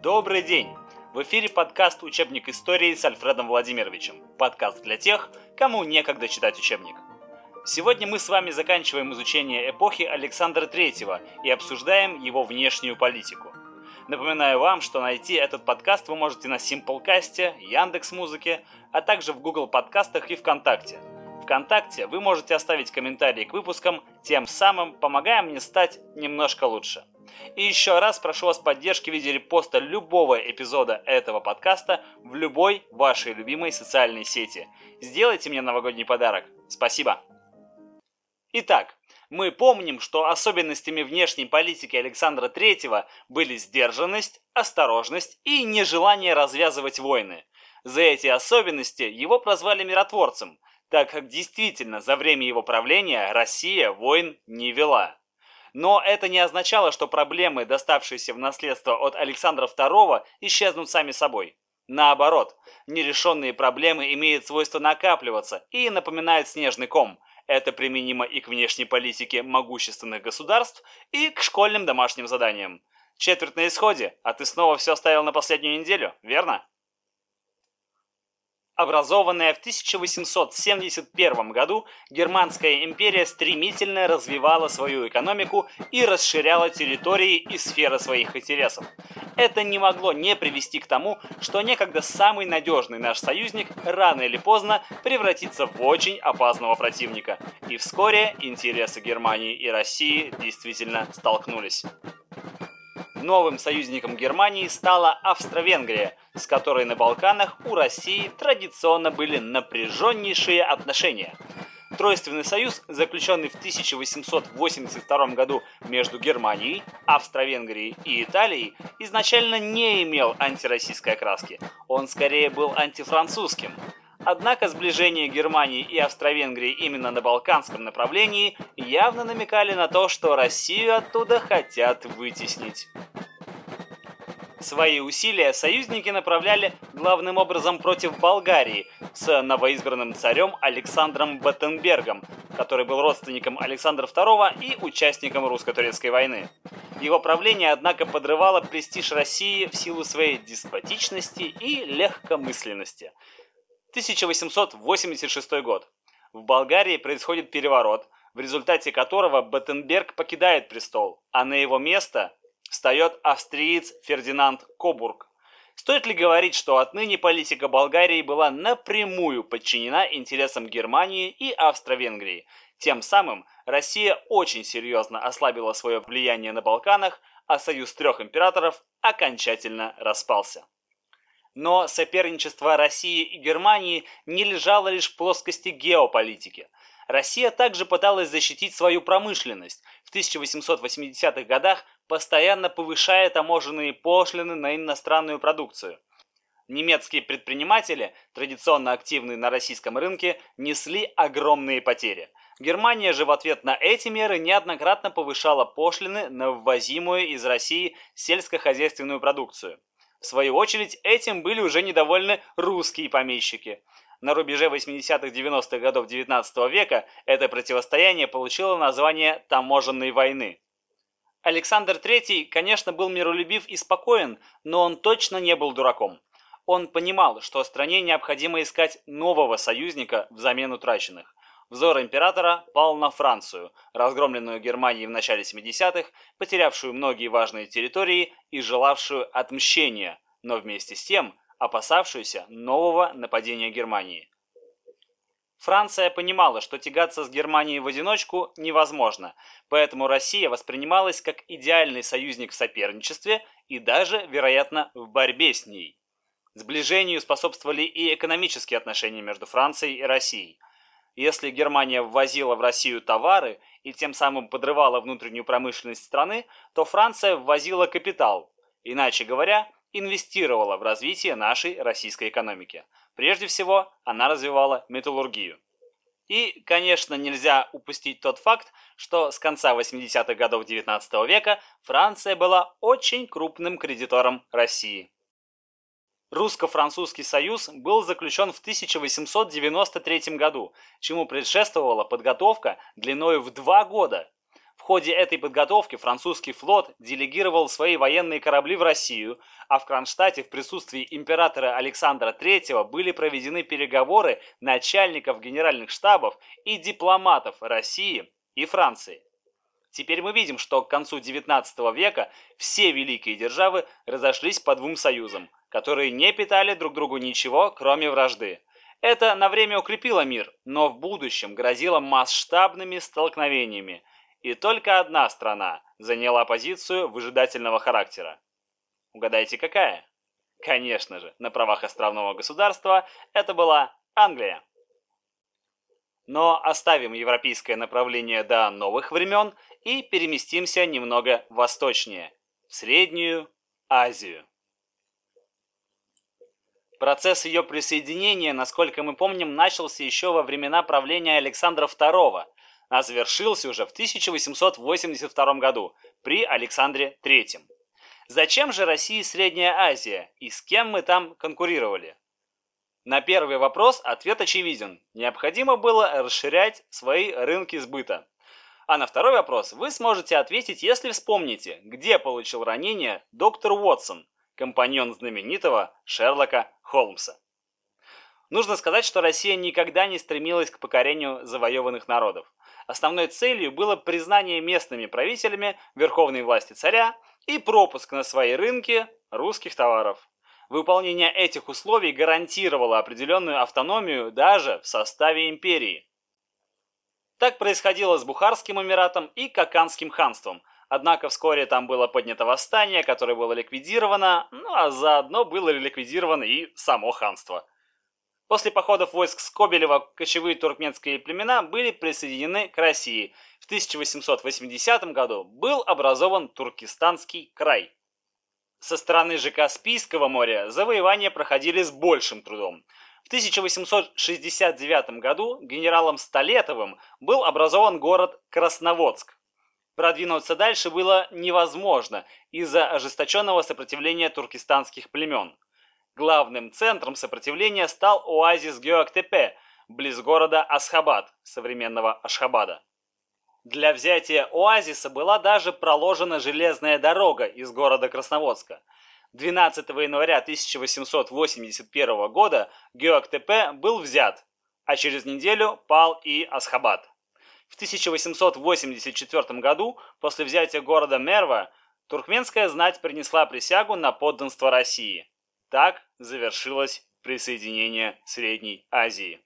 Добрый день! В эфире подкаст «Учебник истории» с Альфредом Владимировичем. Подкаст для тех, кому некогда читать учебник. Сегодня мы с вами заканчиваем изучение эпохи Александра III и обсуждаем его внешнюю политику. Напоминаю вам, что найти этот подкаст вы можете на Simplecast, Яндекс.Музыке, а также в Google подкастах и ВКонтакте. ВКонтакте вы можете оставить комментарии к выпускам, тем самым помогая мне стать немножко лучше. И еще раз прошу вас поддержки в виде репоста любого эпизода этого подкаста в любой вашей любимой социальной сети. Сделайте мне новогодний подарок. Спасибо. Итак, мы помним, что особенностями внешней политики Александра III были сдержанность, осторожность и нежелание развязывать войны. За эти особенности его прозвали миротворцем, так как действительно за время его правления Россия войн не вела. Но это не означало, что проблемы, доставшиеся в наследство от Александра II, исчезнут сами собой. Наоборот, нерешенные проблемы имеют свойство накапливаться и напоминают снежный ком. Это применимо и к внешней политике могущественных государств, и к школьным домашним заданиям. Четверть на исходе, а ты снова все оставил на последнюю неделю, верно? Образованная в 1871 году, Германская империя стремительно развивала свою экономику и расширяла территории и сферы своих интересов. Это не могло не привести к тому, что некогда самый надежный наш союзник рано или поздно превратится в очень опасного противника. И вскоре интересы Германии и России действительно столкнулись. Новым союзником Германии стала Австро-Венгрия, с которой на Балканах у России традиционно были напряженнейшие отношения. Тройственный союз, заключенный в 1882 году между Германией, Австро-Венгрией и Италией, изначально не имел антироссийской окраски, он скорее был антифранцузским. Однако сближение Германии и Австро-Венгрии именно на балканском направлении явно намекали на то, что Россию оттуда хотят вытеснить. Свои усилия союзники направляли главным образом против Болгарии с новоизбранным царем Александром Баттенбергом, который был родственником Александра II и участником русско-турецкой войны. Его правление, однако, подрывало престиж России в силу своей деспотичности и легкомысленности. 1886 год. В Болгарии происходит переворот, в результате которого Баттенберг покидает престол, а на его место встает австриец Фердинанд Кобург. Стоит ли говорить, что отныне политика Болгарии была напрямую подчинена интересам Германии и Австро-Венгрии? Тем самым Россия очень серьезно ослабила свое влияние на Балканах, а союз трех императоров окончательно распался. Но соперничество России и Германии не лежало лишь в плоскости геополитики. Россия также пыталась защитить свою промышленность, в 1880-х годах постоянно повышая таможенные пошлины на иностранную продукцию. Немецкие предприниматели, традиционно активные на российском рынке, несли огромные потери. Германия же в ответ на эти меры неоднократно повышала пошлины на ввозимую из России сельскохозяйственную продукцию. В свою очередь, этим были уже недовольны русские помещики. На рубеже 80-х-90-х годов XIX века это противостояние получило название «таможенной войны». Александр III, конечно, был миролюбив и спокоен, но он точно не был дураком. Он понимал, что стране необходимо искать нового союзника взамен утраченных. Взор императора пал на Францию, разгромленную Германией в начале 70-х, потерявшую многие важные территории и желавшую отмщения, но вместе с тем опасавшуюся нового нападения Германии. Франция понимала, что тягаться с Германией в одиночку невозможно, поэтому Россия воспринималась как идеальный союзник в соперничестве и даже, вероятно, в борьбе с ней. Сближению способствовали и экономические отношения между Францией и Россией. Если Германия ввозила в Россию товары и тем самым подрывала внутреннюю промышленность страны, то Франция ввозила капитал, иначе говоря, инвестировала в развитие нашей российской экономики. Прежде всего, она развивала металлургию. И, конечно, нельзя упустить тот факт, что с конца 80-х годов XIX века Франция была очень крупным кредитором России. Русско-французский союз был заключен в 1893 году, чему предшествовала подготовка длиной в 2 года. В ходе этой подготовки французский флот делегировал свои военные корабли в Россию, а в Кронштадте в присутствии императора Александра III были проведены переговоры начальников генеральных штабов и дипломатов России и Франции. Теперь мы видим, что к концу XIX века все великие державы разошлись по двум союзам, которые не питали друг другу ничего, кроме вражды. Это на время укрепило мир, но в будущем грозило масштабными столкновениями. И только одна страна заняла позицию выжидательного характера. Угадайте, какая? Конечно же, на правах островного государства это была Англия. Но оставим европейское направление до новых времен и переместимся немного восточнее, в Среднюю Азию. Процесс ее присоединения, насколько мы помним, начался еще во времена правления Александра II, а завершился уже в 1882 году при Александре III. Зачем же России Средняя Азия и с кем мы там конкурировали? На первый вопрос ответ очевиден. Необходимо было расширять свои рынки сбыта. А на второй вопрос вы сможете ответить, если вспомните, где получил ранение доктор Уотсон, компаньон знаменитого Шерлока Холмса. Нужно сказать, что Россия никогда не стремилась к покорению завоеванных народов. Основной целью было признание местными правителями верховной власти царя и пропуск на свои рынки русских товаров. Выполнение этих условий гарантировало определенную автономию даже в составе империи. Так происходило с Бухарским эмиратом и Каканским ханством, однако вскоре там было поднято восстание, которое было ликвидировано, а заодно было ликвидировано и само ханство. После походов войск Скобелева кочевые туркменские племена были присоединены к России. В 1880 году был образован Туркестанский край. Со стороны же Каспийского моря завоевания проходили с большим трудом. В 1869 году генералом Столетовым был образован город Красноводск. Продвинуться дальше было невозможно из-за ожесточенного сопротивления туркестанских племен. Главным центром сопротивления стал оазис Геоктепе, близ города Асхабад, современного Ашхабада. Для взятия оазиса была даже проложена железная дорога из города Красноводска. 12 января 1881 года Геоктепе был взят, а через неделю пал и Асхабад. В 1884 году, после взятия города Мерва, туркменская знать принесла присягу на подданство России. Так завершилось присоединение Средней Азии.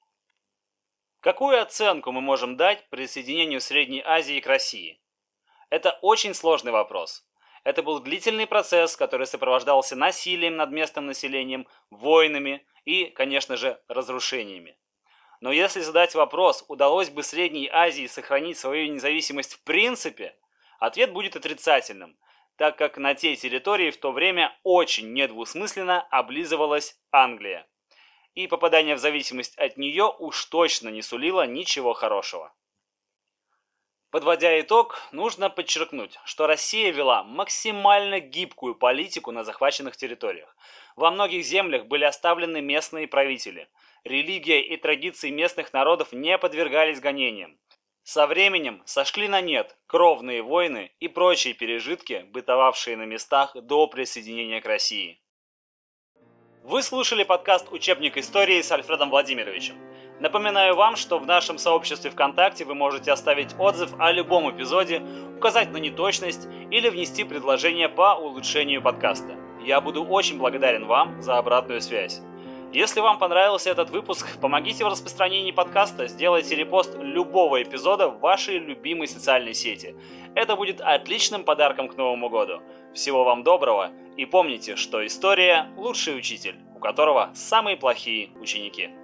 Какую оценку мы можем дать присоединению Средней Азии к России? Это очень сложный вопрос. Это был длительный процесс, который сопровождался насилием над местным населением, войнами и, конечно же, разрушениями. Но если задать вопрос, удалось бы Средней Азии сохранить свою независимость в принципе, ответ будет отрицательным, так как на те территории в то время очень недвусмысленно облизывалась Англия. И попадание в зависимость от нее уж точно не сулило ничего хорошего. Подводя итог, нужно подчеркнуть, что Россия вела максимально гибкую политику на захваченных территориях. Во многих землях были оставлены местные правители. Религия и традиции местных народов не подвергались гонениям. Со временем сошли на нет кровные войны и прочие пережитки, бытовавшие на местах до присоединения к России. Вы слушали подкаст «Учебник истории» с Альфредом Владимировичем. Напоминаю вам, что в нашем сообществе ВКонтакте вы можете оставить отзыв о любом эпизоде, указать на неточность или внести предложение по улучшению подкаста. Я буду очень благодарен вам за обратную связь. Если вам понравился этот выпуск, помогите в распространении подкаста, сделайте репост любого эпизода в вашей любимой социальной сети. Это будет отличным подарком к Новому году. Всего вам доброго и помните, что история – лучший учитель, у которого самые плохие ученики.